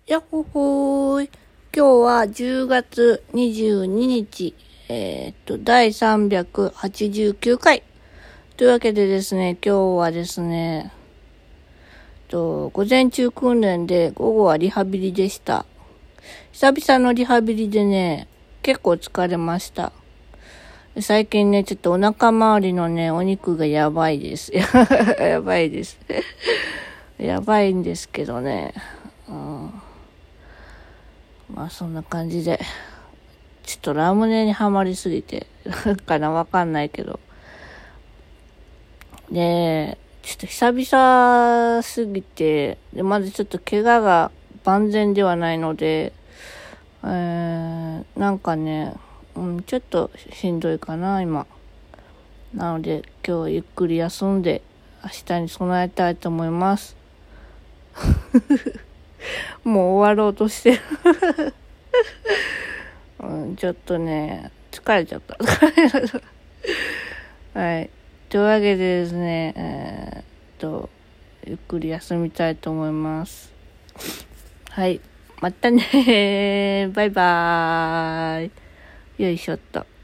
やっほほーい。今日は10月22日、第389回。というわけでですね、今日はですね、午前中訓練で午後はリハビリでした。久々のリハビリでね、結構疲れました。最近ね、ちょっとお腹周りのね、お肉がやばいです。やばいです。やばいんですけどね。まあそんな感じで、ちょっとラムネにはまりすぎて、かなわかんないけど。で、ちょっと久々すぎて、で、まずちょっと怪我が万全ではないので、なんかね、ちょっとしんどいかな、今。なので、今日ゆっくり休んで、明日に備えたいと思います。もう終わろうとしてる。ちょっとね、疲れちゃった。はい。というわけでですね、ゆっくり休みたいと思います。はい。またねー。バイバーイ。よいしょっと。